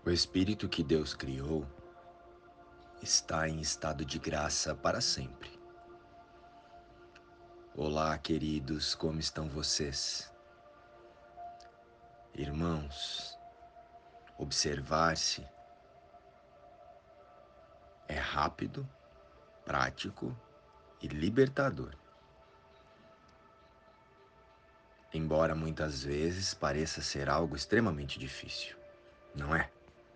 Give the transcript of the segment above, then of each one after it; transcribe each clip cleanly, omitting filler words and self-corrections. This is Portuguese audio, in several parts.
O espírito que Deus criou está em estado de graça para sempre. Olá, queridos, como estão vocês? Irmãos, observar-se é rápido, prático e libertador. Embora muitas vezes pareça ser algo extremamente difícil, não é?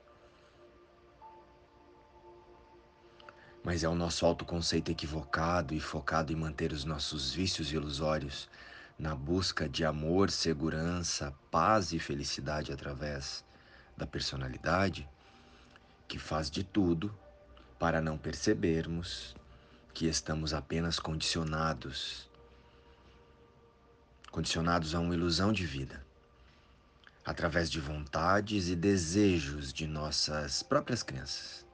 Mas é o nosso autoconceito equivocado e focado em manter os nossos vícios ilusórios na busca de amor, segurança, paz e felicidade através da personalidade que faz de tudo para não percebermos que estamos apenas condicionados a uma ilusão de vida, através de vontades e desejos de nossas próprias crenças.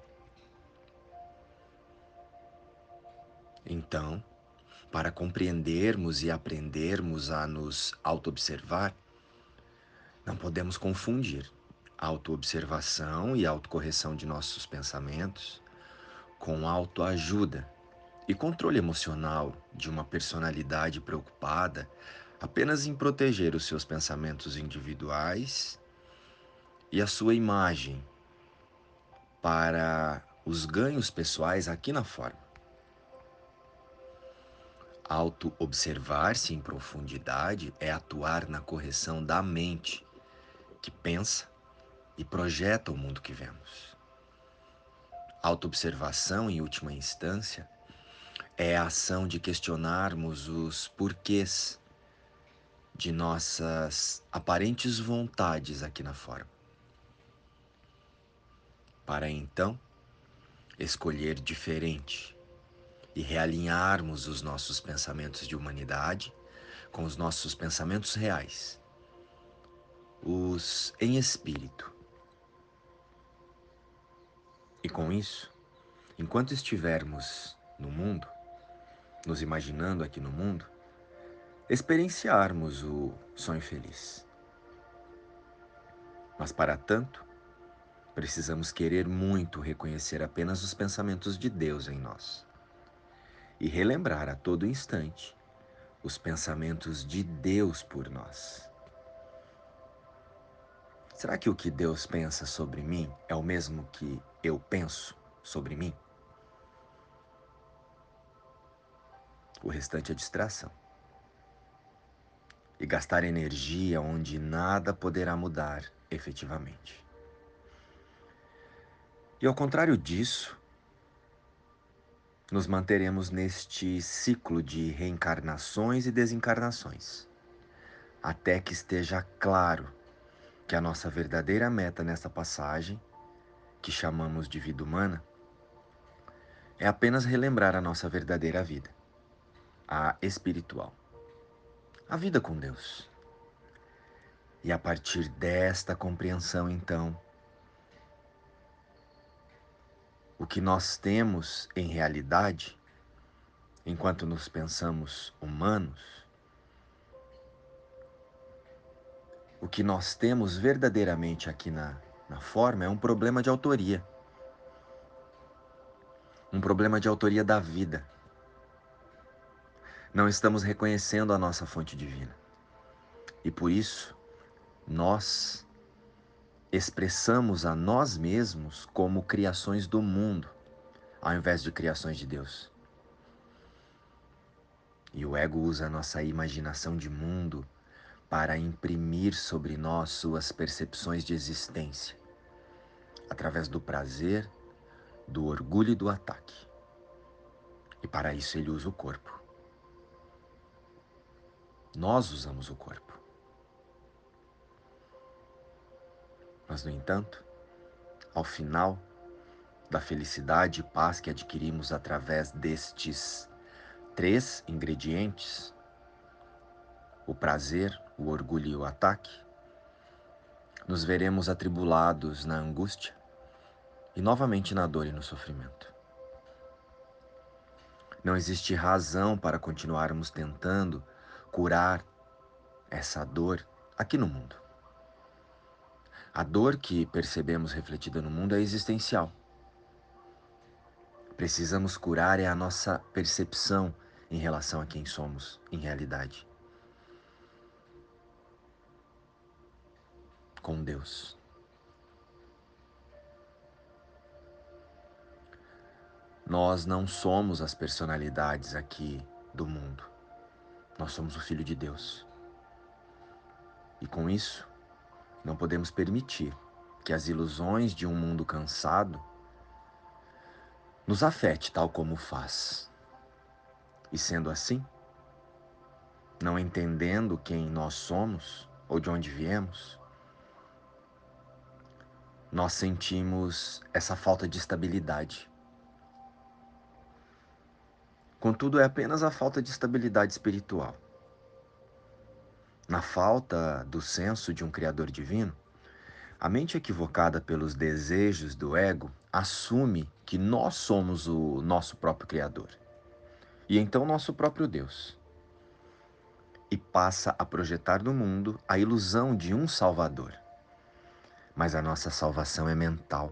Então, para compreendermos e aprendermos a nos auto-observar, não podemos confundir autoobservação e autocorreção de nossos pensamentos com autoajuda e controle emocional de uma personalidade preocupada apenas em proteger os seus pensamentos individuais e a sua imagem para os ganhos pessoais aqui na forma. Auto-observar-se em profundidade é atuar na correção da mente que pensa e projeta o mundo que vemos. Auto-observação, em última instância, é a ação de questionarmos os porquês de nossas aparentes vontades aqui na forma, para então escolher diferente e realinharmos os nossos pensamentos de humanidade com os nossos pensamentos reais, os em espírito. E com isso, enquanto estivermos no mundo, nos imaginando aqui no mundo, experienciarmos o sonho feliz. Mas para tanto, precisamos querer muito reconhecer apenas os pensamentos de Deus em nós e relembrar a todo instante os pensamentos de Deus por nós. Será que o que Deus pensa sobre mim é o mesmo que eu penso sobre mim? O restante é distração. E gastar energia onde nada poderá mudar efetivamente. E ao contrário disso, nos manteremos neste ciclo de reencarnações e desencarnações, até que esteja claro que a nossa verdadeira meta nessa passagem, que chamamos de vida humana, é apenas relembrar a nossa verdadeira vida, a espiritual, a vida com Deus. E a partir desta compreensão, então, o que nós temos em realidade, enquanto nos pensamos humanos, o que nós temos verdadeiramente aqui na forma é um problema de autoria. Um problema de autoria da vida. Não estamos reconhecendo a nossa fonte divina. E por isso, nós expressamos a nós mesmos como criações do mundo, ao invés de criações de Deus. E o ego usa a nossa imaginação de mundo para imprimir sobre nós suas percepções de existência, através do prazer, do orgulho e do ataque. E para isso ele usa o corpo. Nós usamos o corpo. Mas, no entanto, ao final da felicidade e paz que adquirimos através destes três ingredientes, o prazer, o orgulho e o ataque, nos veremos atribulados na angústia e novamente na dor e no sofrimento. Não existe razão para continuarmos tentando curar essa dor aqui no mundo. A dor que percebemos refletida no mundo é existencial. Precisamos curar a nossa percepção em relação a quem somos em realidade, com Deus. Nós não somos as personalidades aqui do mundo. Nós somos o Filho de Deus. E com isso, não podemos permitir que as ilusões de um mundo cansado nos afete tal como faz. E sendo assim, não entendendo quem nós somos ou de onde viemos, nós sentimos essa falta de estabilidade. Contudo, é apenas a falta de estabilidade espiritual. Na falta do senso de um Criador divino, a mente equivocada pelos desejos do ego assume que nós somos o nosso próprio Criador e então nosso próprio Deus, e passa a projetar no mundo a ilusão de um Salvador. Mas a nossa salvação é mental.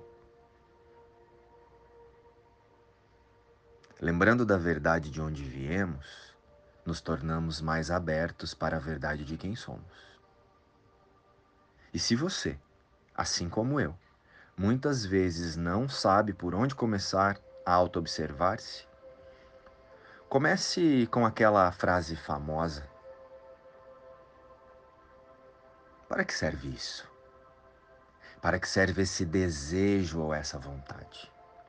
Lembrando da verdade de onde viemos, nos tornamos mais abertos para a verdade de quem somos. E se você, assim como eu, muitas vezes não sabe por onde começar a auto-observar-se, comece com aquela frase famosa: para que serve isso? Para que serve esse desejo ou essa vontade?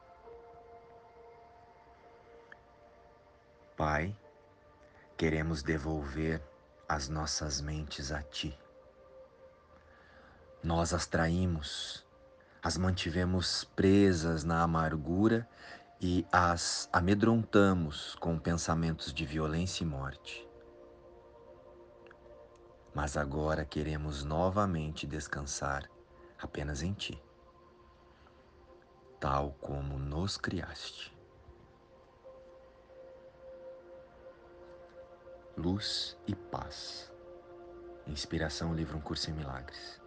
Pai, queremos devolver as nossas mentes a Ti. Nós as traímos, as mantivemos presas na amargura e as amedrontamos com pensamentos de violência e morte. Mas agora queremos novamente descansar apenas em Ti, tal como nos criaste. Luz e paz. Inspiração, livro Um Curso em Milagres.